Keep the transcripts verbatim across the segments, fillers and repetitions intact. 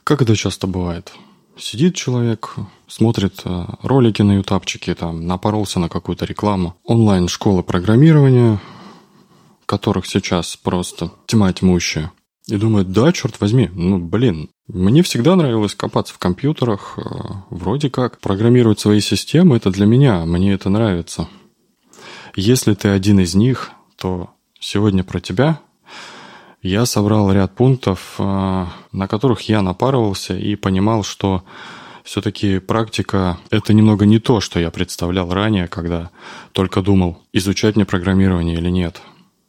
Как это часто бывает? Сидит человек, смотрит ролики на ютубчике, там, напоролся на какую-то рекламу. Онлайн-школы программирования, которых сейчас просто тьма тьмущая. И думает, да, черт возьми, ну, блин, мне всегда нравилось копаться в компьютерах, вроде как программировать свои системы, это для меня, мне это нравится. Если ты один из них, то сегодня про тебя. Я собрал ряд пунктов, на которых я напарывался и понимал, что все-таки практика – это немного не то, что я представлял ранее, когда только думал, изучать мне программирование или нет.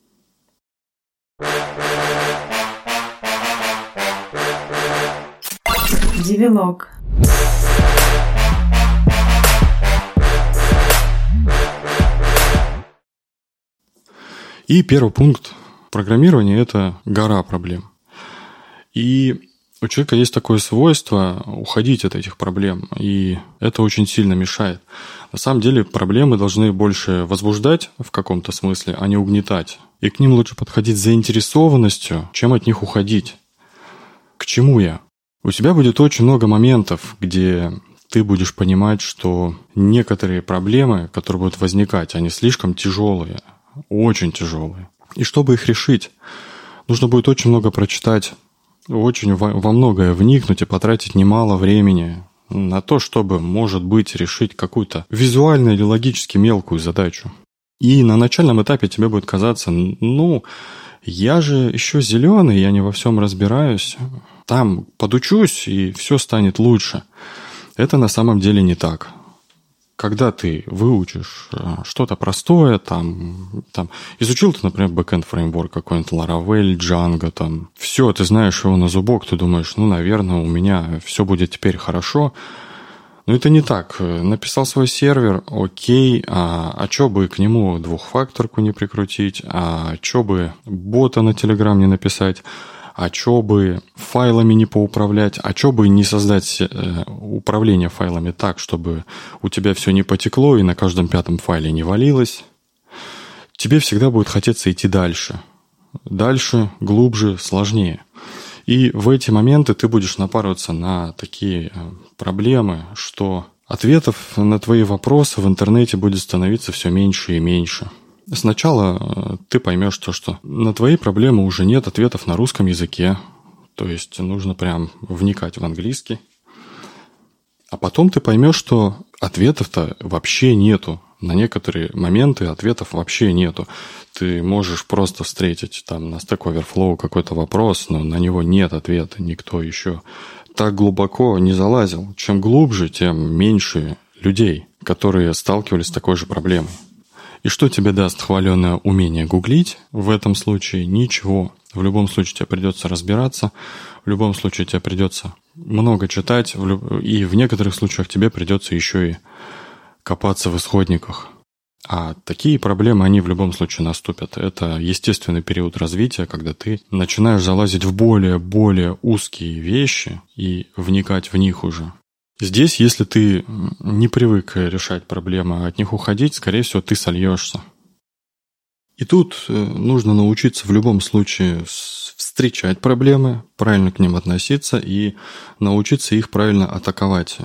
Девилог. И первый пункт. Программирование – это гора проблем. И у человека есть такое свойство уходить от этих проблем, и это очень сильно мешает. На самом деле проблемы должны больше возбуждать в каком-то смысле, а не угнетать. И к ним лучше подходить с заинтересованностью, чем от них уходить. К чему я? У тебя будет очень много моментов, где ты будешь понимать, что некоторые проблемы, которые будут возникать, они слишком тяжелые, очень тяжелые. И чтобы их решить, нужно будет очень много прочитать, очень во, во многое вникнуть и потратить немало времени на то, чтобы, может быть, решить какую-то визуально или логически мелкую задачу. И на начальном этапе тебе будет казаться, ну, я же еще зеленый, я не во всем разбираюсь, там подучусь, и все станет лучше. Это на самом деле не так. Когда ты выучишь что-то простое, там, там изучил ты, например, бэкэнд фреймворк какой-нибудь, Laravel, Django, там, все, ты знаешь его на зубок, ты думаешь, ну, наверное, у меня все будет теперь хорошо. Но это не так. Написал свой сервер, окей, а, а что бы к нему двухфакторку не прикрутить, а что бы бота на Telegram не написать, а что бы файлами не поуправлять, а что бы не создать э, управление файлами так, чтобы у тебя все не потекло и на каждом пятом файле не валилось. Тебе всегда будет хотеться идти дальше. Дальше, глубже, сложнее. И в эти моменты ты будешь напарываться на такие проблемы, что ответов на твои вопросы в интернете будет становиться все меньше и меньше. Сначала ты поймешь то, что на твои проблемы уже нет ответов на русском языке, то есть нужно прям вникать в английский. А потом ты поймешь, что ответов-то вообще нету. На некоторые моменты ответов вообще нету. Ты можешь просто встретить там на Stack Overflow какой-то вопрос, но на него нет ответа, никто еще так глубоко не залазил. Чем глубже, тем меньше людей, которые сталкивались с такой же проблемой. И что тебе даст хваленое умение гуглить? В этом случае ничего. В любом случае тебе придется разбираться, в любом случае тебе придется много читать, и в некоторых случаях тебе придется еще и копаться в исходниках. А такие проблемы, они в любом случае наступят. Это естественный период развития, когда ты начинаешь залазить в более-более узкие вещи и вникать в них уже. Здесь, если ты не привык решать проблемы, а от них уходить, скорее всего, ты сольешься. И тут нужно научиться в любом случае встречать проблемы, правильно к ним относиться и научиться их правильно атаковать.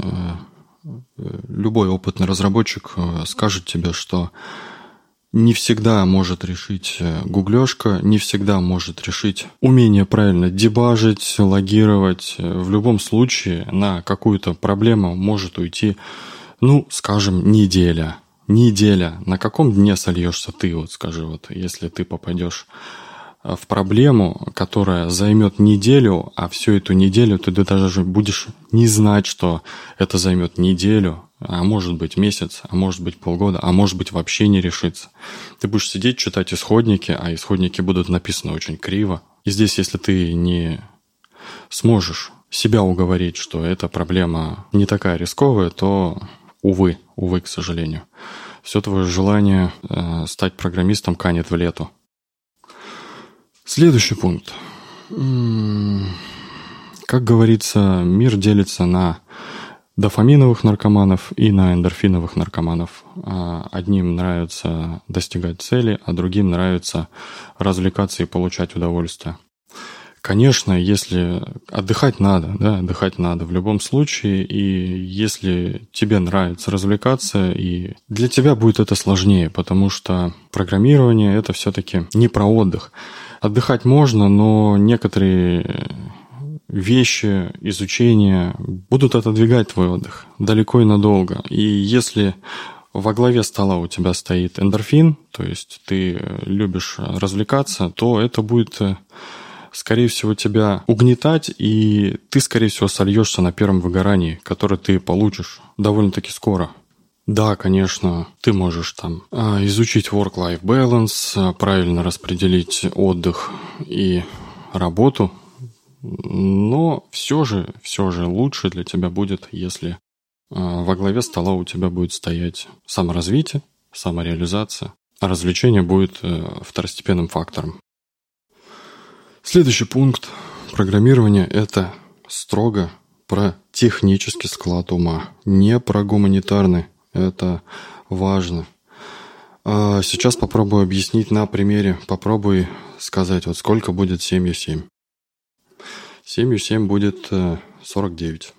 Любой опытный разработчик скажет тебе, что не всегда может решить гуглёшка, не всегда может решить умение правильно дебажить, логировать. В любом случае на какую-то проблему может уйти, ну, скажем, неделя. Неделя. На каком дне сольешься ты, вот скажи, вот если ты попадешь в проблему, которая займет неделю, а всю эту неделю ты даже будешь не знать, что это займет неделю, а может быть месяц, а может быть полгода, а может быть вообще не решится. Ты будешь сидеть, читать исходники, а исходники будут написаны очень криво. И здесь, если ты не сможешь себя уговорить, что эта проблема не такая рисковая, то, увы, увы, к сожалению, все твое желание э, стать программистом канет в лету. Следующий пункт. Как говорится, мир делится на дофаминовых наркоманов и на эндорфиновых наркоманов. Одним нравится достигать цели, а другим нравится развлекаться и получать удовольствие. Конечно, если отдыхать надо, да, отдыхать надо в любом случае, и если тебе нравится развлекаться, и для тебя будет это сложнее, потому что программирование – это все-таки не про отдых. Отдыхать можно, но некоторые вещи, изучения будут отодвигать твой отдых далеко и надолго. И если во главе стола у тебя стоит эндорфин, то есть ты любишь развлекаться, то это будет, скорее всего, тебя угнетать, и ты, скорее всего, сольешься на первом выгорании, которое ты получишь довольно-таки скоро. Да, конечно, ты можешь там изучить work-life balance, правильно распределить отдых и работу, но все же, все же лучше для тебя будет, если во главе стола у тебя будет стоять саморазвитие, самореализация, а развлечение будет второстепенным фактором. Следующий пункт программирования – это строго про технический склад ума, не про гуманитарный. Это важно. Сейчас попробую объяснить на примере, попробуй сказать, вот сколько будет семью семь. семью семь будет сорок девять.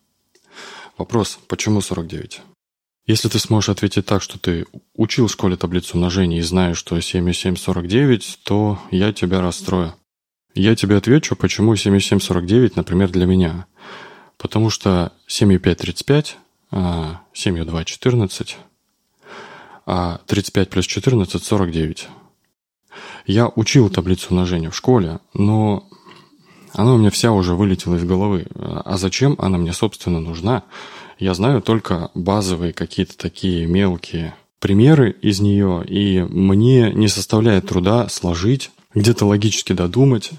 Вопрос, почему сорок девять? Если ты сможешь ответить так, что ты учил в школе таблицу умножения и знаешь, что семью семь сорок девять, то я тебя расстрою. Я тебе отвечу, почему семью семь сорок девять, например, для меня. Потому что семью пять тридцать пять, семью два четырнадцать, а тридцать пять плюс четырнадцать сорок девять. Я учил таблицу умножения в школе, но она у меня вся уже вылетела из головы. А зачем она мне, собственно, нужна? Я знаю только базовые какие-то такие мелкие примеры из нее, и мне не составляет труда сложить, где-то логически додумать.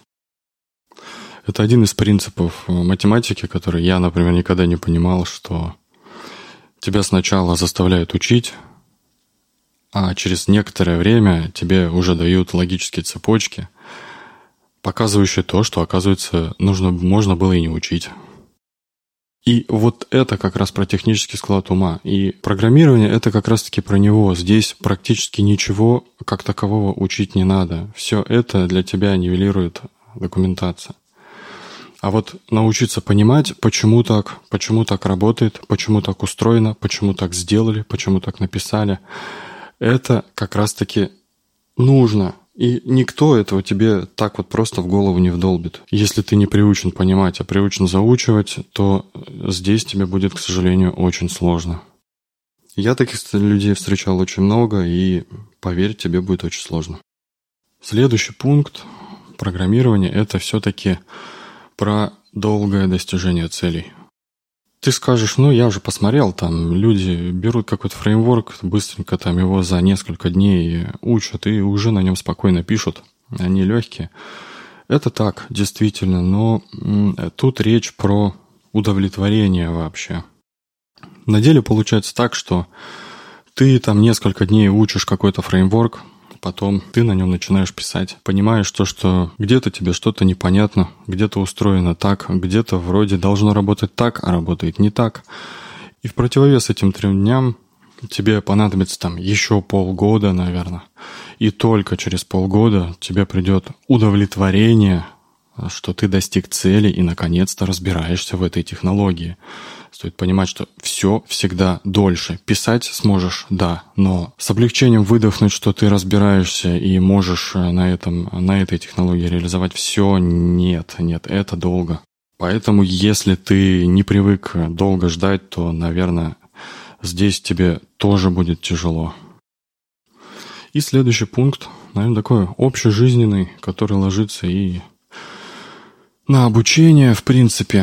Это один из принципов математики, который я, например, никогда не понимал, что тебя сначала заставляют учить, а через некоторое время тебе уже дают логические цепочки, показывающие то, что, оказывается, нужно, можно было и не учить. И вот это как раз про технический склад ума. И программирование – это как раз-таки про него. Здесь практически ничего как такового учить не надо. Все это для тебя нивелирует документация. А вот научиться понимать, почему так, почему так работает, почему так устроено, почему так сделали, почему так написали, это как раз-таки нужно. И никто этого тебе так вот просто в голову не вдолбит. Если ты не приучен понимать, а приучен заучивать, то здесь тебе будет, к сожалению, очень сложно. Я таких людей встречал очень много, и, поверь, тебе будет очень сложно. Следующий пункт программирования – это все-таки про долгое достижение целей. Ты скажешь, ну я уже посмотрел, там люди берут какой-то фреймворк, быстренько там его за несколько дней учат и уже на нем спокойно пишут, они легкие. Это так, действительно, но тут речь про удовлетворение вообще. На деле получается так, что ты там несколько дней учишь какой-то фреймворк, потом ты на нем начинаешь писать. Понимаешь то, что где-то тебе что-то непонятно, где-то устроено так, где-то вроде должно работать так, а работает не так. И в противовес этим трем дням тебе понадобится там еще полгода, наверное. И только через полгода тебе придет удовлетворение, что ты достиг цели и наконец-то разбираешься в этой технологии. Стоит понимать, что все всегда дольше. Писать сможешь, да, но с облегчением выдохнуть, что ты разбираешься и можешь на, этом, на этой технологии реализовать все, нет, нет, это долго. Поэтому, если ты не привык долго ждать, то, наверное, здесь тебе тоже будет тяжело. И следующий пункт, наверное, такой общежизненный, который ложится и на обучение, в принципе.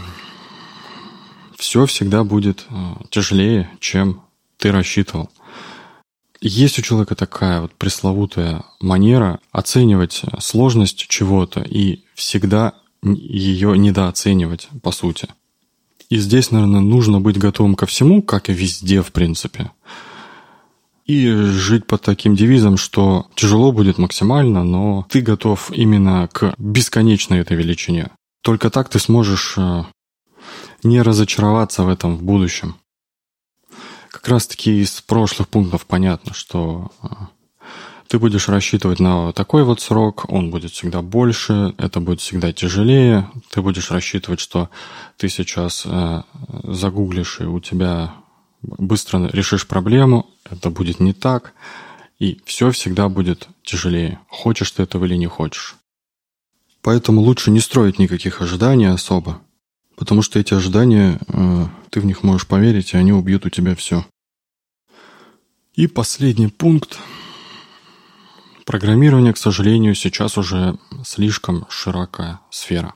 Все всегда будет тяжелее, чем ты рассчитывал. Есть у человека такая вот пресловутая манера оценивать сложность чего-то и всегда ее недооценивать, по сути. И здесь, наверное, нужно быть готовым ко всему, как и везде, в принципе. И жить под таким девизом, что тяжело будет максимально, но ты готов именно к бесконечной этой величине. Только так ты сможешь не разочароваться в этом в будущем. Как раз-таки из прошлых пунктов понятно, что Ты будешь рассчитывать на такой вот срок, он будет всегда больше, это будет всегда тяжелее. Ты будешь рассчитывать, что ты сейчас э, загуглишь, и у тебя быстро решишь проблему, это будет не так, и все всегда будет тяжелее, хочешь ты этого или не хочешь. Поэтому лучше не строить никаких ожиданий особо, потому что эти ожидания, э, ты в них можешь поверить, и они убьют у тебя все. И последний пункт. Программирование, к сожалению, сейчас уже слишком широкая сфера.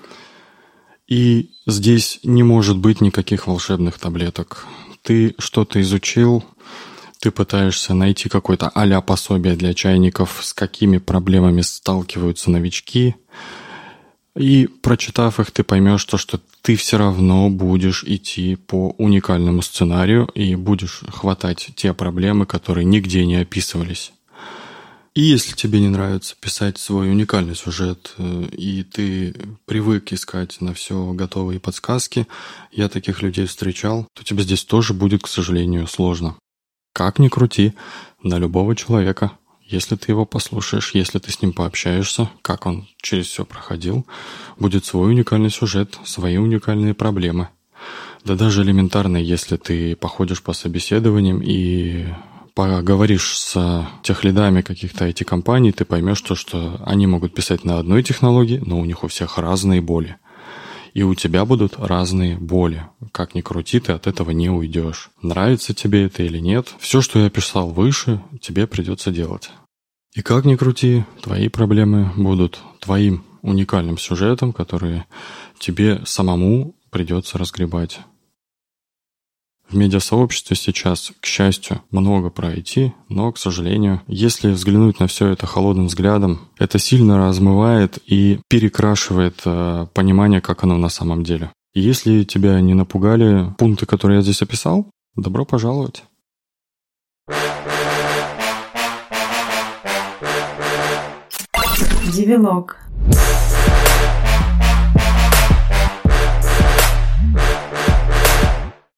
И здесь не может быть никаких волшебных таблеток. Ты что-то изучил, ты пытаешься найти какое-то а-ля пособие для чайников, с какими проблемами сталкиваются новички. И прочитав их, ты поймешь то, что ты все равно будешь идти по уникальному сценарию и будешь хватать те проблемы, которые нигде не описывались. И если тебе не нравится писать свой уникальный сюжет, и ты привык искать на все готовые подсказки, я таких людей встречал, то тебе здесь тоже будет, к сожалению, сложно. Как ни крути, на любого человека, если ты его послушаешь, если ты с ним пообщаешься, как он через все проходил, будет свой уникальный сюжет, свои уникальные проблемы. Да даже элементарно, если ты походишь по собеседованиям и поговоришь с техлидами каких-то ай ти-компаний, ты поймешь то, что они могут писать на одной технологии, но у них у всех разные боли. И у тебя будут разные боли. Как ни крути, ты от этого не уйдешь. Нравится тебе это или нет, все, что я писал выше, тебе придется делать. И как ни крути, твои проблемы будут твоим уникальным сюжетом, который тебе самому придется разгребать. В медиасообществе сейчас, к счастью, много про ай ти, но, к сожалению, если взглянуть на все это холодным взглядом, это сильно размывает и перекрашивает э, понимание, как оно на самом деле. И если тебя не напугали пункты, которые я здесь описал, добро пожаловать. Девилог.